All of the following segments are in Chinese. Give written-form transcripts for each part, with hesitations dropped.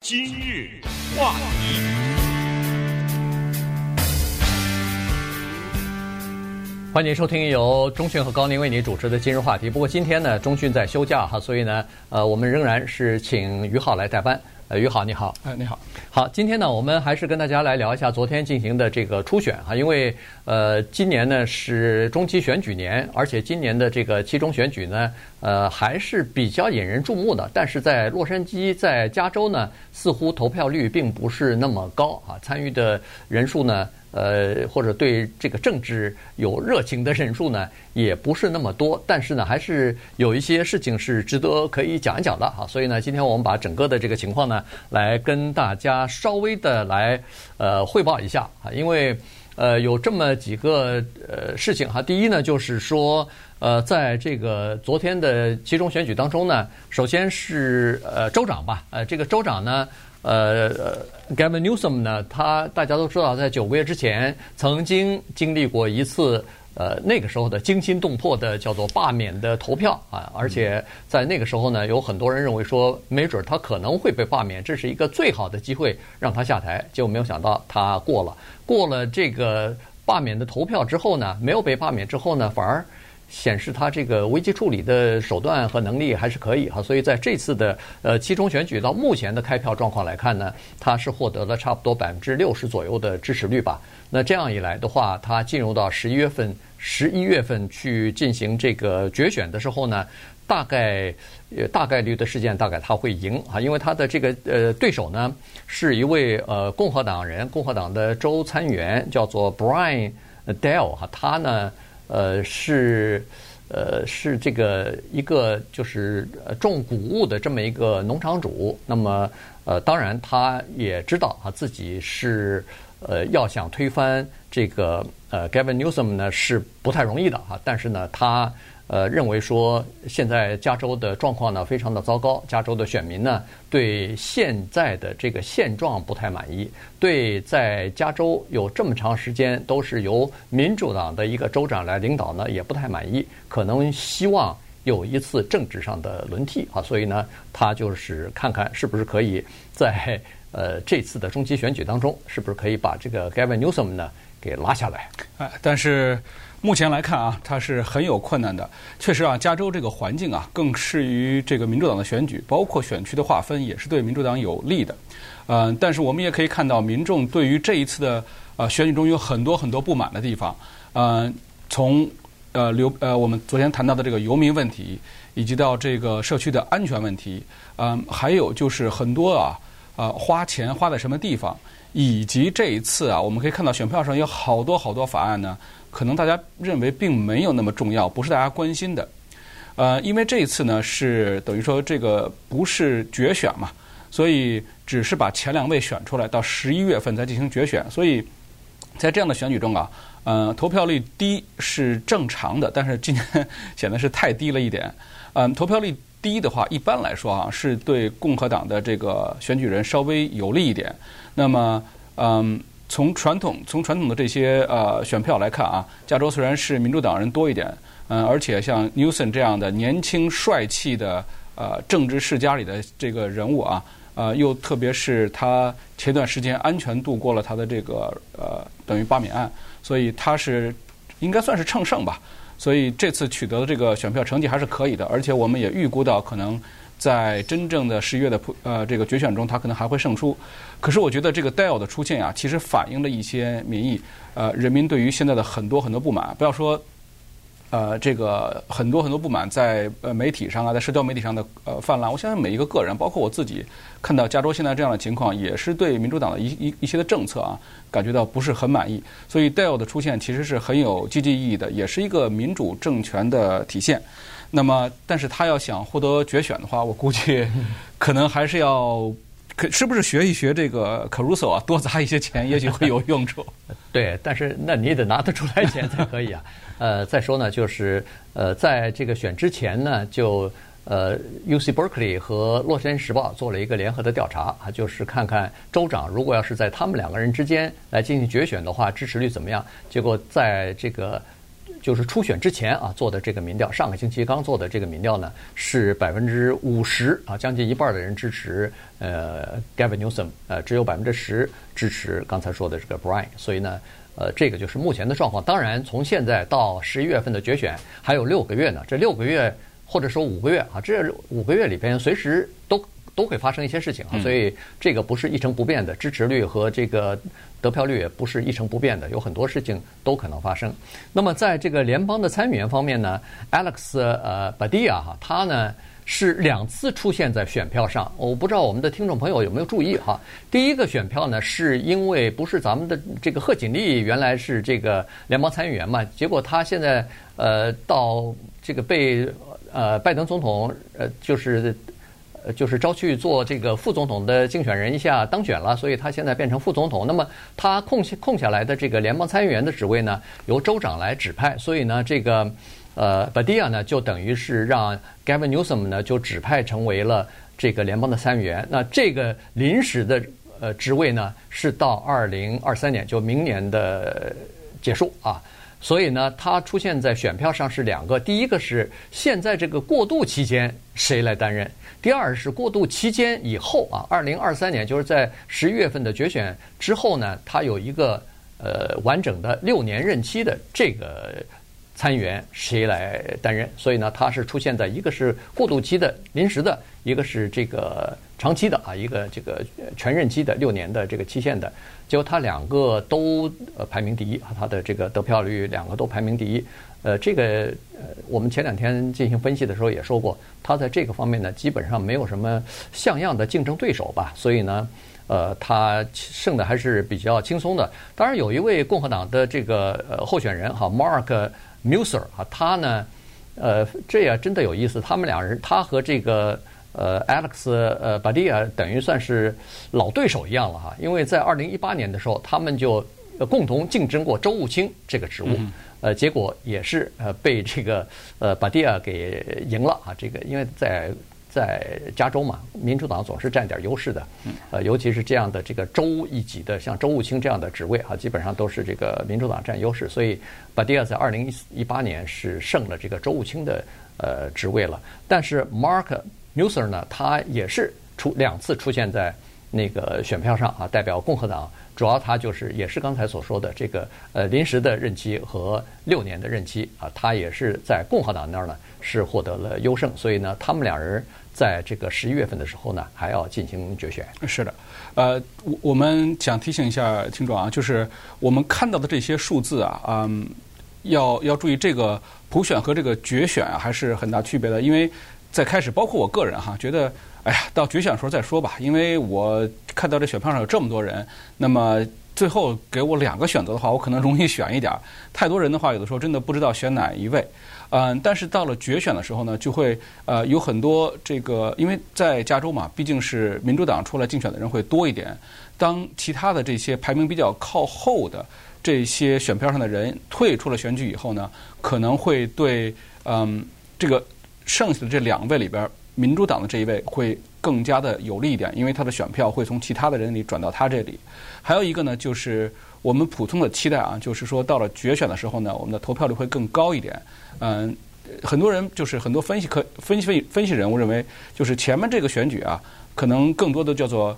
今日话题。 欢迎收听由钟迅和高宁为你主持的今日话题。不过今天呢，钟迅在休假哈，所以呢，我们仍然是请于浩来代班。于浩你好。 你好。 好，今天呢，我们还是跟大家来聊一下昨天进行的这个初选哈，因为今年呢是中期选举年，而且今年的这个期中选举呢，还是比较引人注目的。但是在洛杉矶、在加州呢，似乎投票率并不是那么高啊，参与的人数呢，或者对这个政治有热情的人数呢，也不是那么多。但是呢，还是有一些事情是值得可以讲一讲的哈。所以呢，今天我们把整个的这个情况呢，来跟大家稍微的来汇报一下啊，因为有这么几个事情哈。第一呢，就是说在这个昨天的期中选举当中呢，首先是州长吧，这个州长呢。Gavin Newsom 呢，大家都知道，在9个月之前曾经经历过一次那个时候的惊心动魄的叫做罢免的投票啊，而且在那个时候呢，有很多人认为说，没准他可能会被罢免，这是一个最好的机会让他下台。结果没有想到他过了这个罢免的投票之后呢，没有被罢免之后呢，反而显示他这个危机处理的手段和能力还是可以哈，所以在这次的期中选举到目前的开票状况来看呢，他是获得了差不多60%左右的支持率吧。那这样一来的话，他进入到11月份去进行这个决选的时候呢，大概率的事件大概他会赢啊，因为他的这个对手呢是一位共和党的州参议员叫做 Brian Dale 哈，他呢。是这个一个就是种谷物的这么一个农场主。那么当然他也知道啊，自己是要想推翻这个Gavin Newsom 呢是不太容易的啊。但是呢，他认为说现在加州的状况呢非常的糟糕，加州的选民呢对现在的这个现状不太满意，对在加州有这么长时间都是由民主党的一个州长来领导呢也不太满意，可能希望有一次政治上的轮替啊。所以呢，他就是看看是不是可以在这次的中期选举当中，是不是可以把这个 Gavin Newsom 呢给拉下来。 但是目前来看啊，它是很有困难的。确实啊，加州这个环境啊，更适于这个民主党的选举，包括选区的划分也是对民主党有利的。但是我们也可以看到，民众对于这一次的选举中有很多很多不满的地方。从我们昨天谈到的这个游民问题，以及到这个社区的安全问题，还有就是很多花钱花在什么地方，以及这一次啊，我们可以看到选票上有好多好多法案呢。可能大家认为并没有那么重要，不是大家关心的。因为这一次呢是等于说这个不是决选嘛，所以只是把前2位选出来，到11月份再进行决选。所以在这样的选举中啊，投票率低是正常的，但是今年显得是太低了一点。投票率低的话，一般来说啊，是对共和党的这个选举人稍微有利一点。那么从传统的这些选票来看啊，加州虽然是民主党人多一点，而且像 Newsom 这样的年轻帅气的政治世家里的这个人物啊，又特别是他前段时间安全度过了他的这个等于罢免案，所以他是应该算是乘胜吧。所以这次取得的这个选票成绩还是可以的，而且我们也预估到可能在真正的11月的这个决选中，他可能还会胜出。可是我觉得这个 Dale 的出现啊，其实反映了一些民意，人民对于现在的很多很多不满。不要说这个很多很多不满在媒体上啊，在社交媒体上的泛滥。我相信每一个个人，包括我自己，看到加州现在这样的情况，也是对民主党的一些的政策啊，感觉到不是很满意。所以 Dale 的出现其实是很有积极意义的，也是一个民主政权的体现。那么，但是他要想获得决选的话，我估计可能还是要是不是学一学这个 Caruso 啊，多砸一些钱，也许会有用处。 对，但是那你得拿得出来钱才可以啊。再说呢，就是在这个选之前呢，就UC Berkeley 和洛杉矶时报做了一个联合的调查啊，就是看看州长如果要是在他们2个人之间来进行决选的话，支持率怎么样。结果在这个就是初选之前啊做的这个民调，上个星期刚做的这个民调呢是50%啊，将近一半的人支持Gavin Newsom， 只有10%支持刚才说的这个 Brian， 所以呢这个就是目前的状况。当然从现在到11月份的决选还有6个月呢，这6个月或者说5个月啊，这5个月里边随时都会发生一些事情啊，所以这个不是一成不变的，支持率和这个得票率也不是一成不变的，有很多事情都可能发生。那么在这个联邦的参议员方面呢 ，Alex Padilla 哈，他呢是2次出现在选票上，我不知道我们的听众朋友有没有注意哈。第一个选票呢，是因为不是咱们的这个贺锦丽原来是这个联邦参议员嘛，结果他现在到这个被拜登总统就是招去做这个副总统的竞选人一下当选了，所以他现在变成副总统。那么他空下来的这个联邦参议员的职位呢，由州长来指派，所以呢，这个Padilla 呢就等于是让 Gavin Newsom 呢就指派成为了这个联邦的参议员。那这个临时的职位呢是到2023年，就明年的结束啊。所以呢，他出现在选票上是2个，第一个是现在这个过渡期间谁来担任，第二是过渡期间以后啊，2023年就是在11月份的决选之后呢，他有一个完整的6年任期的这个参议员谁来担任。所以呢，他是出现在一个是过渡期的临时的，一个是这个长期的啊，一个这个全任期的6年的这个期限的。结果他2个都排名第一，他的这个得票率2个都排名第一。这个我们前2天进行分析的时候也说过，他在这个方面呢基本上没有什么像样的竞争对手吧，所以呢他胜的还是比较轻松的。当然有一位共和党的这个候选人哈 Mark Muser 啊，他呢这也真的有意思，他们2人他和这个Alex Padilla 等于算是老对手一样了哈，因为在2018年的时候，他们就共同竞争过州务卿这个职务，结果也是被这个Padilla 给赢了啊。这个因为在加州嘛，民主党总是占点优势的，尤其是这样的这个州一级的，像州务卿这样的职位啊，基本上都是这个民主党占优势，所以Padilla在2018年是胜了这个州务卿的职位了。但是 Mark Muser 呢，他也是2次出现在那个选票上啊，代表共和党。主要他就是也是刚才所说的这个临时的任期和6年的任期啊，他也是在共和党那儿呢是获得了优胜，所以呢，他们2人在这个11月份的时候呢还要进行决选。 是的，我们想提醒一下听众啊，就是我们看到的这些数字啊，要注意这个普选和这个决选啊还是很大区别的，因为在开始，包括我个人哈，觉得哎呀，到决选的时候再说吧，因为我看到这选票上有这么多人，那么最后给我2个选择的话，我可能容易选一点。太多人的话，有的时候真的不知道选哪一位。但是到了决选的时候呢，就会有很多这个，因为在加州嘛，毕竟是民主党出来竞选的人会多一点。当其他的这些排名比较靠后的这些选票上的人退出了选举以后呢，可能会对这个剩下的这2位里边，民主党的这一位会更加的有利一点，因为他的选票会从其他的人里转到他这里。还有一个呢，就是我们普通的期待啊，就是说到了决选的时候呢，我们的投票率会更高一点。很多人就是很多分析人物认为，就是前面这个选举啊，可能更多的叫做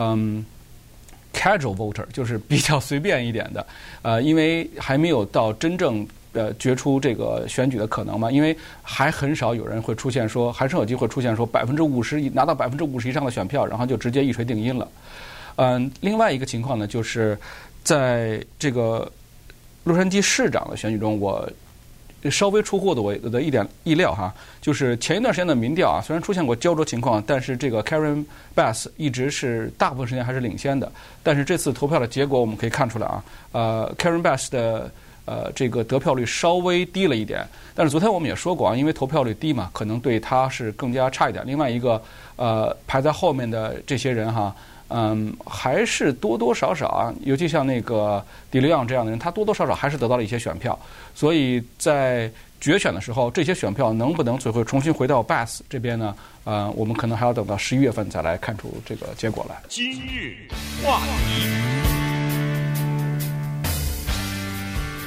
casual voter， 就是比较随便一点的，因为还没有到真正决出这个选举的可能嘛，因为还很少有人会出现说，还是有机会出现说50%拿到50%以上的选票，然后就直接一锤定音了。另外一个情况呢，就是在这个洛杉矶市长的选举中，我稍微出乎我的一点意料哈，就是前一段时间的民调啊，虽然出现过焦灼情况，但是这个 Karen Bass 一直是大部分时间还是领先的。但是这次投票的结果我们可以看出来啊，Karen Bass 的这个得票率稍微低了一点。但是昨天我们也说过啊，因为投票率低嘛，可能对他是更加差一点。另外一个排在后面的这些人哈。还是多多少少啊，尤其像那个迪利昂这样的人，他多多少少还是得到了一些选票。所以在决选的时候，这些选票能不能最后重新回到 Bass 这边呢？我们可能还要等到11月份再来看出这个结果来。 今日话题，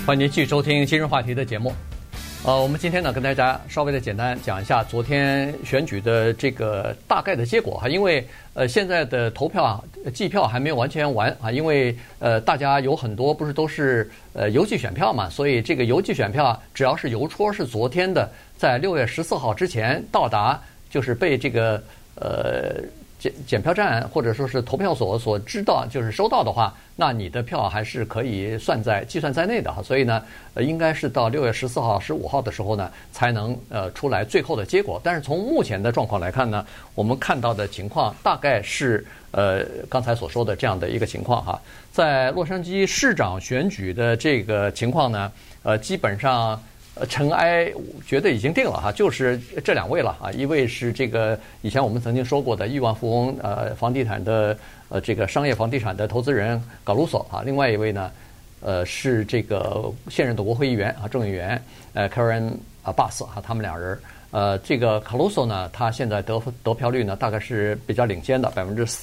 欢迎您继续收听今日话题的节目。我们今天呢跟大家稍微的简单讲一下昨天选举的这个大概的结果哈，因为现在的投票计票还没有完全完啊，因为大家有很多不是都是邮寄选票嘛，所以这个邮寄选票只要是邮戳是昨天的，在6月14号之前到达，就是被这个检票站或者说是投票所所知道，就是收到的话，那你的票还是可以计算在内的哈。所以呢，应该是到6月14号、15号的时候呢，才能出来最后的结果。但是从目前的状况来看呢，我们看到的情况大概是刚才所说的这样的一个情况哈。在洛杉矶市长选举的这个情况呢，基本上。尘埃觉得已经定了哈，就是这2位了啊，一位是这个以前我们曾经说过的亿万富翁，房地产的这个商业房地产的投资人卡鲁索啊，另外一位呢，是这个现任的国会议员啊，众议员Karen Bass 啊，他们俩人。这个卡鲁索呢，他现在得票率呢大概是比较领先的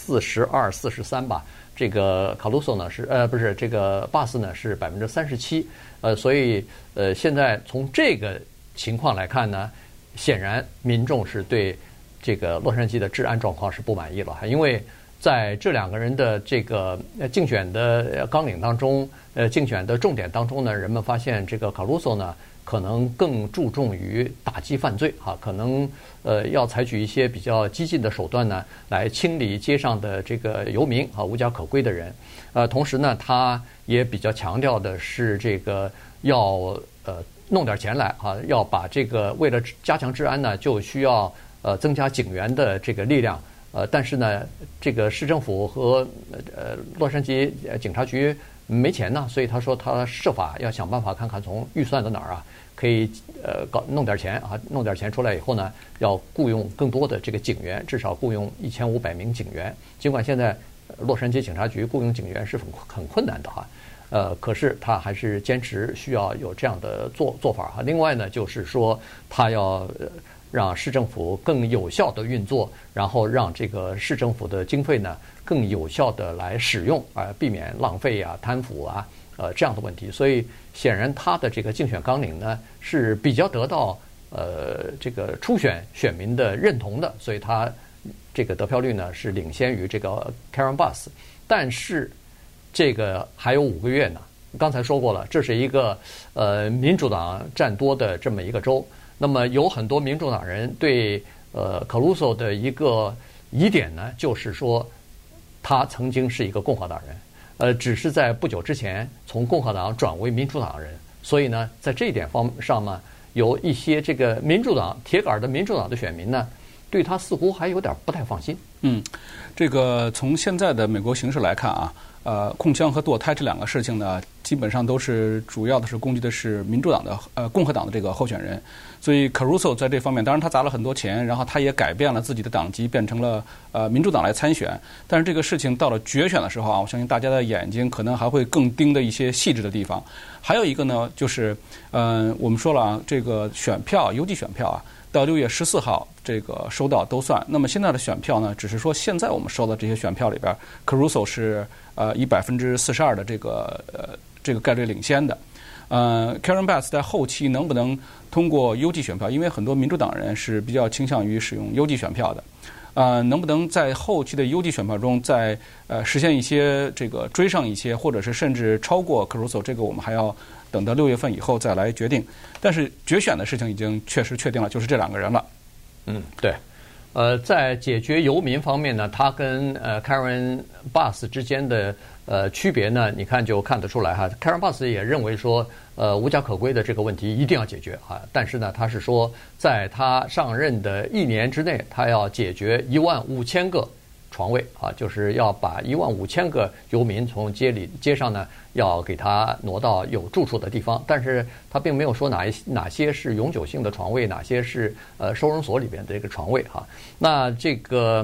42%、43%吧。这个卡鲁索呢是不是这个巴斯呢是37%，所以现在从这个情况来看呢，显然民众是对这个洛杉矶的治安状况是不满意了，因为在这2个人的这个竞选的纲领当中，竞选的重点当中呢，人们发现这个卡鲁索呢可能更注重于打击犯罪啊，可能要采取一些比较激进的手段呢，来清理街上的这个游民啊，无家可归的人。同时呢，他也比较强调的是这个要弄点钱来啊，要把这个为了加强治安呢，就需要增加警员的这个力量。但是呢，这个市政府和洛杉矶警察局没钱呢，所以他说他设法要想办法看看从预算的哪儿啊可以弄点钱啊，弄点钱出来以后呢，要雇佣更多的这个警员，至少雇佣1500名警员。尽管现在洛杉矶警察局雇佣警员是很困难的哈，可是他还是坚持需要有这样的做法哈。另外呢，就是说他要让市政府更有效的运作，然后让这个市政府的经费呢更有效的来使用啊，避免浪费啊、贪腐啊这样的问题。所以显然他的这个竞选纲领呢是比较得到这个初选选民的认同的，所以他这个得票率呢是领先于这个 Karen Bass。但是这个还有5个月呢，刚才说过了，这是一个民主党占多的这么一个州。那么有很多民主党人对卡鲁索的一个疑点呢，就是说他曾经是一个共和党人，只是在不久之前从共和党转为民主党人，所以呢，在这一点上呢，有一些这个民主党铁杆的民主党的选民呢，对他似乎还有点不太放心。 这个从现在的美国形势来看啊，控枪和堕胎这2个事情呢，基本上都是主要的是攻击的是民主党的共和党的这个候选人。所以 Caruso 在这方面，当然他砸了很多钱，然后他也改变了自己的党籍，变成了民主党来参选。但是这个事情到了决选的时候啊，我相信大家的眼睛可能还会更盯着一些细致的地方。还有一个呢，就是我们说了啊，这个选票邮寄选票啊，到6月14号这个收到都算。那么现在的选票呢，只是说现在我们收到这些选票里边 ，Caruso 是以42%的这个概率领先的。Karen Bass 在后期能不能通过邮寄选票？因为很多民主党人是比较倾向于使用邮寄选票的。能不能在后期的邮寄选票中再实现一些这个追上一些，或者是甚至超过 Caruso？ 这个我们还要等到6月份以后再来决定。但是决选的事情已经确实确定了，就是这2个人了。 对。在解决游民方面呢，他跟Karen Bass 之间的区别呢，你看就看得出来哈。Karen Bass 也认为说，无家可归的这个问题一定要解决啊，但是呢，他是说，在他上任的1年之内，他要解决15000个床位啊，就是要把15000个游民从街上呢，要给他挪到有住处的地方。但是他并没有说哪些是永久性的床位，哪些是收容所里边的这个床位哈。那这个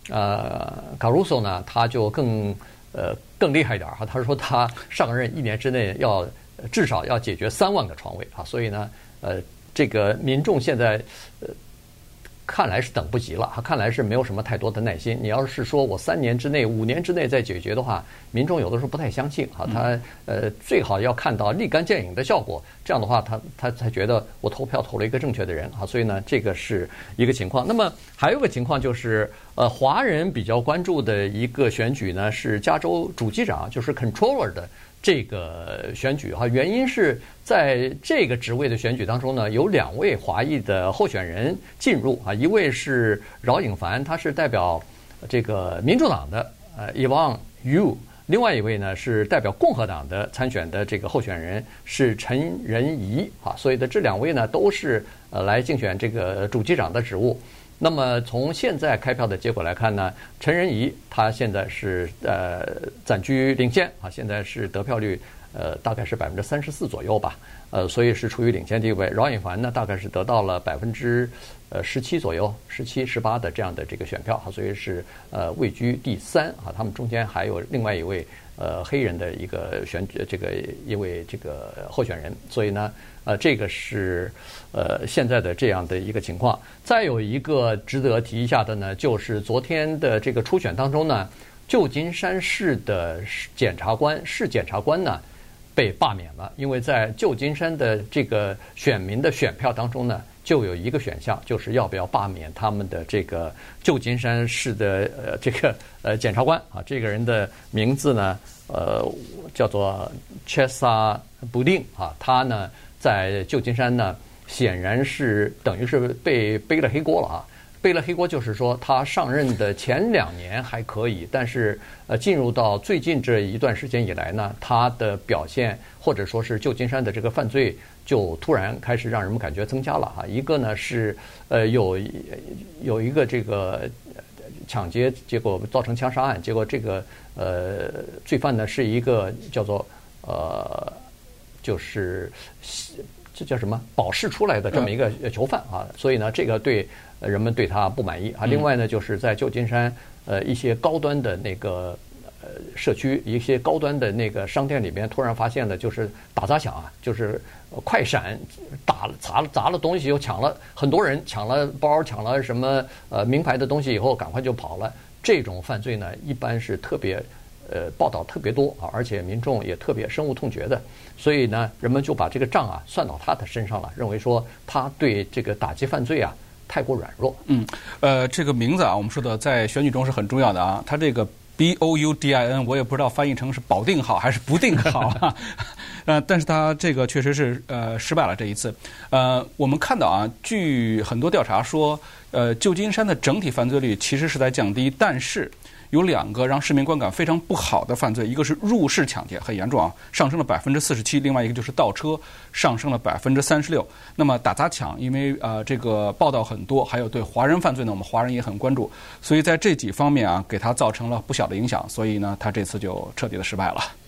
Caruso 呢，他就更厉害一点哈。他说他上任1年之内至少要解决3万个床位啊。所以呢，这个民众现在看来是等不及了，看来是没有什么太多的耐心。你要是说我3年之内、5年之内再解决的话，民众有的时候不太相信啊。他最好要看到立竿见影的效果，这样的话他才觉得我投票投了一个正确的人啊。所以呢，这个是一个情况。那么还有一个情况就是，华人比较关注的一个选举呢，是加州主机长，就是 controller 的这个选举哈。原因是在这个职位的选举当中呢，有2位华裔的候选人进入啊，一位是饶颖凡，他是代表这个民主党的Yvonne Yu， 另外一位呢是代表共和党的参选的这个候选人是陈仁仪啊。所以的这2位呢都是来竞选这个主机长的职务。那么从现在开票的结果来看呢，陈仁仪他现在是暂居领先啊，现在是得票率大概是34%左右吧，所以是处于领先地位。饶颖凡呢大概是得到了17%左右，17、18的这样的这个选票，所以是位居第3啊。他们中间还有另外一位黑人的一个一位这个候选人，所以呢这个是现在的这样的一个情况。再有一个值得提一下的呢，就是昨天的这个初选当中呢，旧金山市的市检察官呢被罢免了，因为在旧金山的这个选民的选票当中呢，就有一个选项，就是要不要罢免他们的这个旧金山市的这个检察官啊。这个人的名字呢叫做 Chesa Boudin 啊，他呢在旧金山呢显然是等于是被背了黑锅了啊。背了黑锅就是说，他上任的前2年还可以，但是进入到最近这一段时间以来呢，他的表现或者说是旧金山的这个犯罪就突然开始让人们感觉增加了啊。一个呢是有一个这个抢劫，结果造成枪杀案，结果这个罪犯呢是一个叫做就是这叫什么保释出来的这么一个囚犯啊，所以呢这个对人们对他不满意啊。另外呢就是在旧金山一些高端的那个社区，一些高端的那个商店里边突然发现了就是打砸抢啊，就是快闪砸了东西，又抢了很多人，抢了包，抢了什么名牌的东西以后赶快就跑了。这种犯罪呢一般是特别报道特别多啊，而且民众也特别深恶痛绝的，所以呢人们就把这个账啊算到他的身上了，认为说他对这个打击犯罪啊太过软弱。 这个名字啊，我们说的在选举中是很重要的啊。他这个 Boudin， 我也不知道翻译成是保定好还是不定好啊。但是他这个确实是失败了这一次。我们看到啊，据很多调查说，旧金山的整体犯罪率其实是在降低，但是有2个让市民观感非常不好的犯罪，一个是入室抢劫，很严重啊，上升了47%；另外一个就是盗车，上升了36%。那么打砸抢，因为这个报道很多，还有对华人犯罪呢，我们华人也很关注，所以在这几方面啊，给他造成了不小的影响，所以呢，他这次就彻底的失败了。